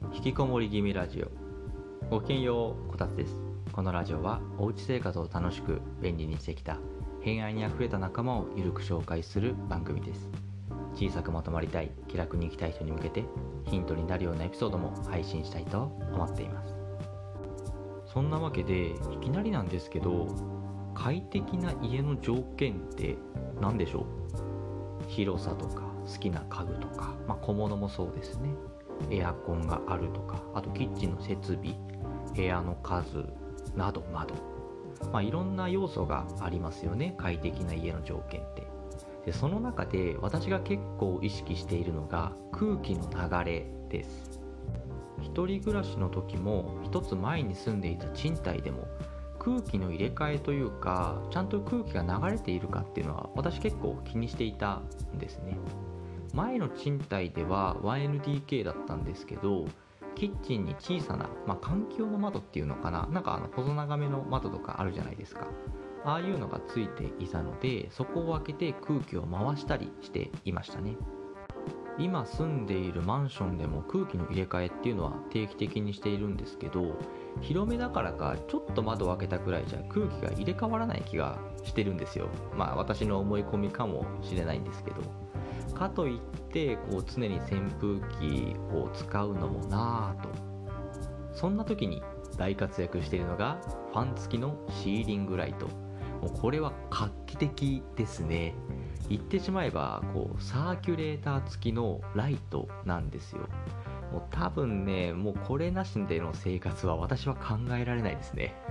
引きこもり気味ラジオ。ごきげんよう、こたつです。このラジオはおうち生活を楽しく便利にしてきた偏愛にあふれた仲間をゆるく紹介する番組です。小さくまとまりたい、気楽に生きたい人に向けてヒントになるようなエピソードも配信したいと思っています。そんなわけでいきなりなんですけど、快適な家の条件って何でしょう？広さとか好きな家具とか、小物もそうですね。エアコンがあるとか、あとキッチンの設備、部屋の数などなど、いろんな要素がありますよね、快適な家の条件って。でその中で私が結構意識しているのが空気の流れです。一人暮らしの時も一つ前に住んでいた賃貸でも空気の入れ替えというか、ちゃんと空気が流れているかっていうのは私結構気にしていたんですね。前の賃貸では 1LDK だったんですけど、キッチンに小さな、換気用の窓っていうのかな、細長めの窓とかあるじゃないですか。ああいうのがついていたので、そこを開けて空気を回したりしていましたね。今住んでいるマンションでも空気の入れ替えっていうのは定期的にしているんですけど、広めだからかちょっと窓を開けたくらいじゃ空気が入れ替わらない気がしてるんですよ。私の思い込みかもしれないんですけど、かといって常に扇風機を使うのもなぁと。そんな時に大活躍しているのがファン付きのシーリングライト。もうこれは画期的ですね。言ってしまえばサーキュレーター付きのライトなんですよ。もう多分ね、もうこれなしでの生活は私は考えられないですね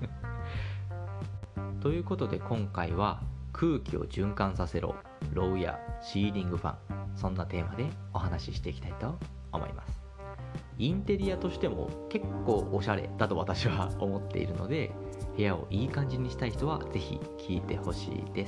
ということで今回は空気を循環させろ、ロウやシーリングファン、そんなテーマでお話ししていきたいと思います。インテリアとしても結構おしゃれだと私は思っているので、部屋をいい感じにしたい人はぜひ聞いてほしいです。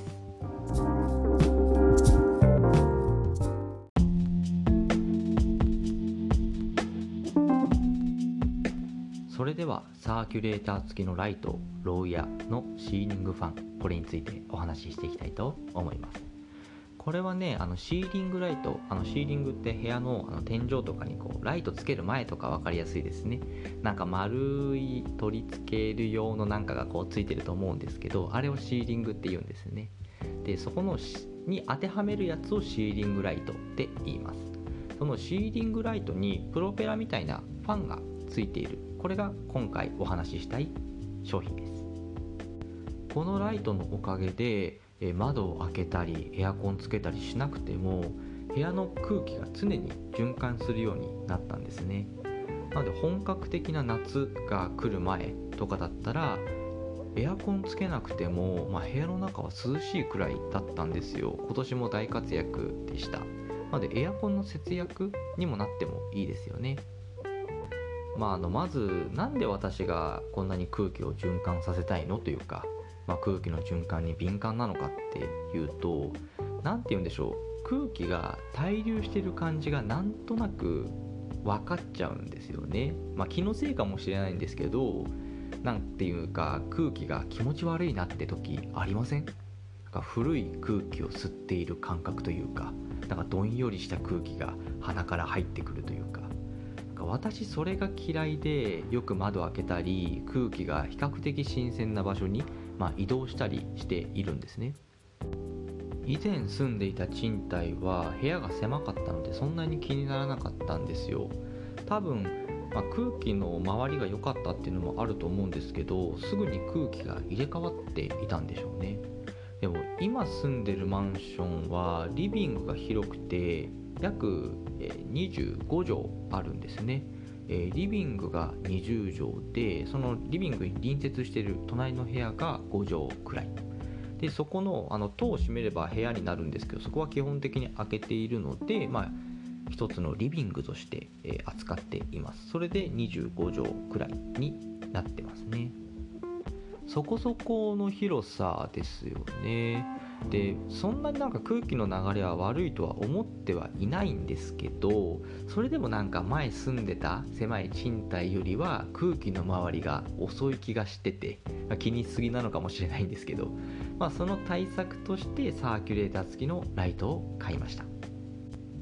それではサーキュレーター付きのライト、ロウヤのシーリングファン、これについてお話ししていきたいと思います。これはね、シーリングライト、シーリングって部屋の天井とかにライトつける前とか分かりやすいですね。丸い取り付ける用のがついてると思うんですけど、あれをシーリングって言うんですね。でそこのに当てはめるやつをシーリングライトって言います。そのシーリングライトにプロペラみたいなファンがついている、これが今回お話ししたい商品です。このライトのおかげで窓を開けたりエアコンつけたりしなくても部屋の空気が常に循環するようになったんですね。なので本格的な夏が来る前とかだったらエアコンつけなくても、部屋の中は涼しいくらいだったんですよ。今年も大活躍でした。なのでエアコンの節約にもなってもいいですよね。まずなんで私がこんなに空気を循環させたいのというか、空気の循環に敏感なのかっていうと、なんて言うんでしょう、空気が滞留している感じがなんとなく分かっちゃうんですよね。気のせいかもしれないんですけど、なんていうか空気が気持ち悪いなって時ありません？古い空気を吸っている感覚というか、どんよりした空気が鼻から入ってくるというか、私それが嫌いで、よく窓を開けたり空気が比較的新鮮な場所に移動したりしているんですね。以前住んでいた賃貸は部屋が狭かったのでそんなに気にならなかったんですよ。多分、空気の周りが良かったっていうのもあると思うんですけど、すぐに空気が入れ替わっていたんでしょうね。でも今住んでるマンションはリビングが広くて約25畳あるんですね。リビングが20畳で、そのリビングに隣接している隣の部屋が5畳くらいで、そこの戸を閉めれば部屋になるんですけど、そこは基本的に開けているので、一つのリビングとして、扱っています。それで25畳くらいになってますね。そこそこの広さですよね。でそんなに空気の流れは悪いとは思ってはいないんですけど、それでも前住んでた狭い賃貸よりは空気の回りが遅い気がしてて、気にしすぎなのかもしれないんですけど、その対策としてサーキュレーター付きのライトを買いました。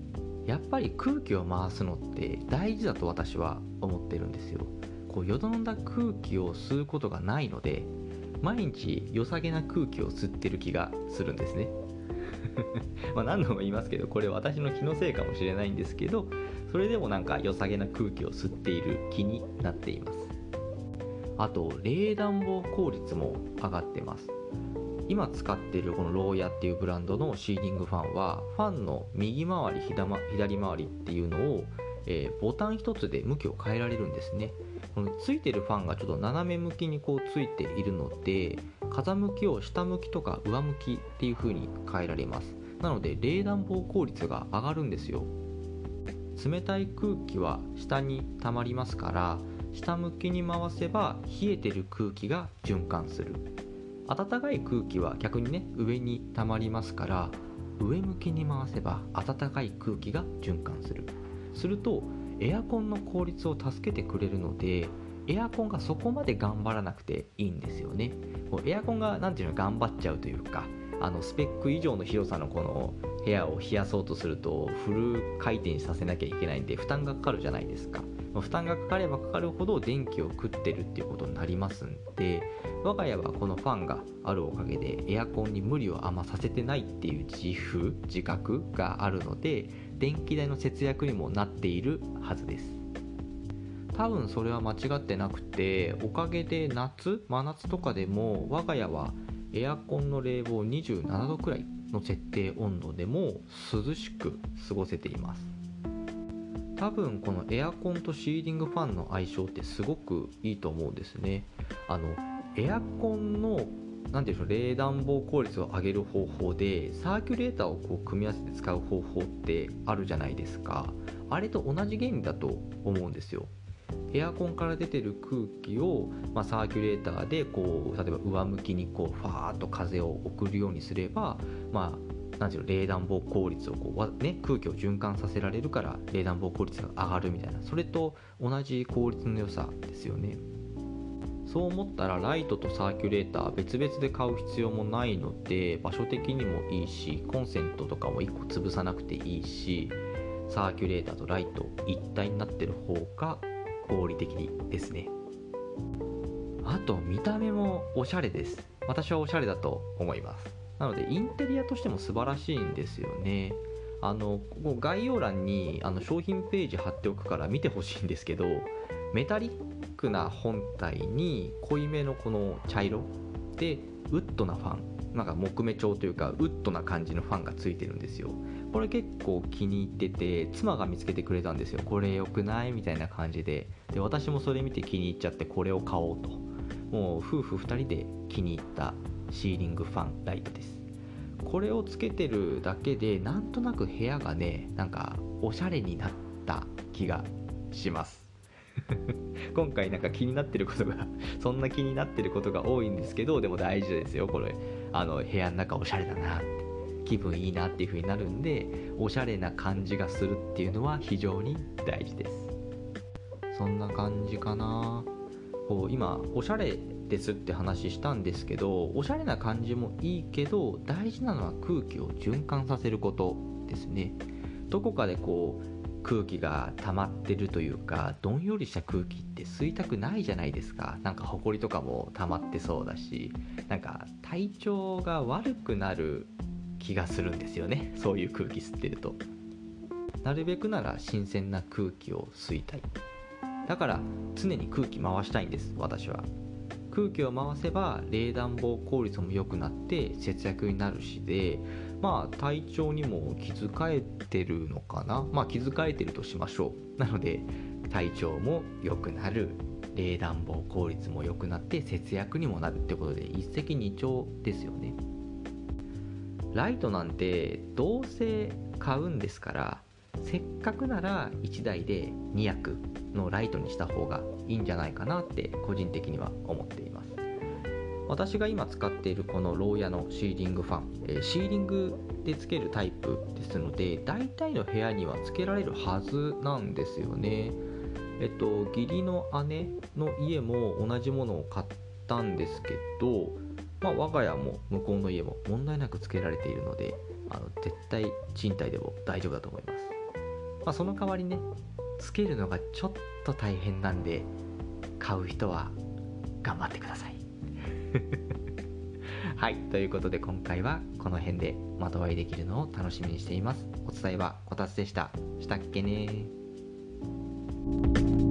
やっぱり空気を回すのって大事だと私は思ってるんですよ。よどんだ空気を吸うことがないので、毎日良さげな空気を吸ってる気がするんですね何度も言いますけど、これ私の気のせいかもしれないんですけど、それでもなんか良さげな空気を吸っている気になっています。あと冷暖房効率も上がってます。今使っているこのローヤっていうブランドのシーリングファンは、ファンの右回り左回りっていうのを、ボタン一つで向きを変えられるんですね。このついてるファンがちょっと斜め向きについているので、風向きを下向きとか上向きっていう風に変えられます。なので冷暖房効率が上がるんですよ。冷たい空気は下に溜まりますから、下向きに回せば冷えてる空気が循環する。暖かい空気は逆にね、上に溜まりますから、上向きに回せば暖かい空気が循環する。するとエアコンの効率を助けてくれるので、エアコンがそこまで頑張らなくていいんですよね。エアコンが頑張っちゃうというか、スペック以上の広さのこの部屋を冷やそうとするとフル回転させなきゃいけないんで負担がかかるじゃないですか。負担がかかればかかるほど電気を食ってるっていうことになりますんで、我が家はこのファンがあるおかげでエアコンに無理をあんまさせてないっていう自覚があるので、電気代の節約にもなっているはずです。多分それは間違ってなくて、おかげで真夏とかでも我が家はエアコンの冷房27度くらいの設定温度でも涼しく過ごせています。多分このエアコンとシーリングファンの相性ってすごくいいと思うんですね。エアコンの冷暖房効率を上げる方法でサーキュレーターを組み合わせて使う方法ってあるじゃないですか。あれと同じ原理だと思うんですよ。エアコンから出てる空気を、サーキュレーターで例えば上向きにファーッと風を送るようにすれば、冷暖房効率を空気を循環させられるから冷暖房効率が上がるみたいな、それと同じ効率の良さですよね。そう思ったらライトとサーキュレーター別々で買う必要もないので、場所的にもいいし、コンセントとかも1個潰さなくていいし、サーキュレーターとライト一体になってる方が合理的ですね。あと見た目もおしゃれです。私はおしゃれだと思います。なのでインテリアとしても素晴らしいんですよね。ここ概要欄に商品ページ貼っておくから見てほしいんですけど、メタリックな本体に濃いめのこの茶色でウッドなファン、木目調というかウッドな感じのファンがついてるんですよ。これ結構気に入ってて、妻が見つけてくれたんですよ。これ良くないみたいな感じで、私もそれ見て気に入っちゃってこれを買おうと。もう夫婦2人で気に入ったシーリングファンライトです。これをつけてるだけでなんとなく部屋がね、おしゃれになった気がします今回気になってることがそんな気になってることが多いんですけど、でも大事ですよこれ。部屋の中おしゃれだなって、気分いいなっていう風になるんで、おしゃれな感じがするっていうのは非常に大事です。そんな感じかな。今おしゃれですって話したんですけど、おしゃれな感じもいいけど大事なのは空気を循環させることですね。どこかで空気が溜まってるというか、どんよりした空気って吸いたくないじゃないですか。ホコリとかも溜まってそうだし、体調が悪くなる気がするんですよね。そういう空気吸ってると。なるべくなら新鮮な空気を吸いたい。だから常に空気回したいんです。私は空気を回せば冷暖房効率も良くなって節約になるしで、体調にも気遣えてるのかな。気遣えてるとしましょう。なので体調も良くなる、冷暖房効率も良くなって節約にもなるってことで一石二鳥ですよね。ライトなんてどうせ買うんですから、せっかくなら1台で2役のライトにした方がいいんじゃないかなって個人的には思っています。私が今使っているこのローヤのシーリングファン、シーリングでつけるタイプですので、大体の部屋にはつけられるはずなんですよね。義理の姉の家も同じものを買ったんですけど、我が家も向こうの家も問題なくつけられているので、絶対賃貸でも大丈夫だと思います。 その代わりね、つけるのがちょっと大変なんで、買う人は頑張ってくださいはい、ということで今回はこの辺でまとお会いできるのを楽しみにしています。お伝えはこたつでした。したっけねー。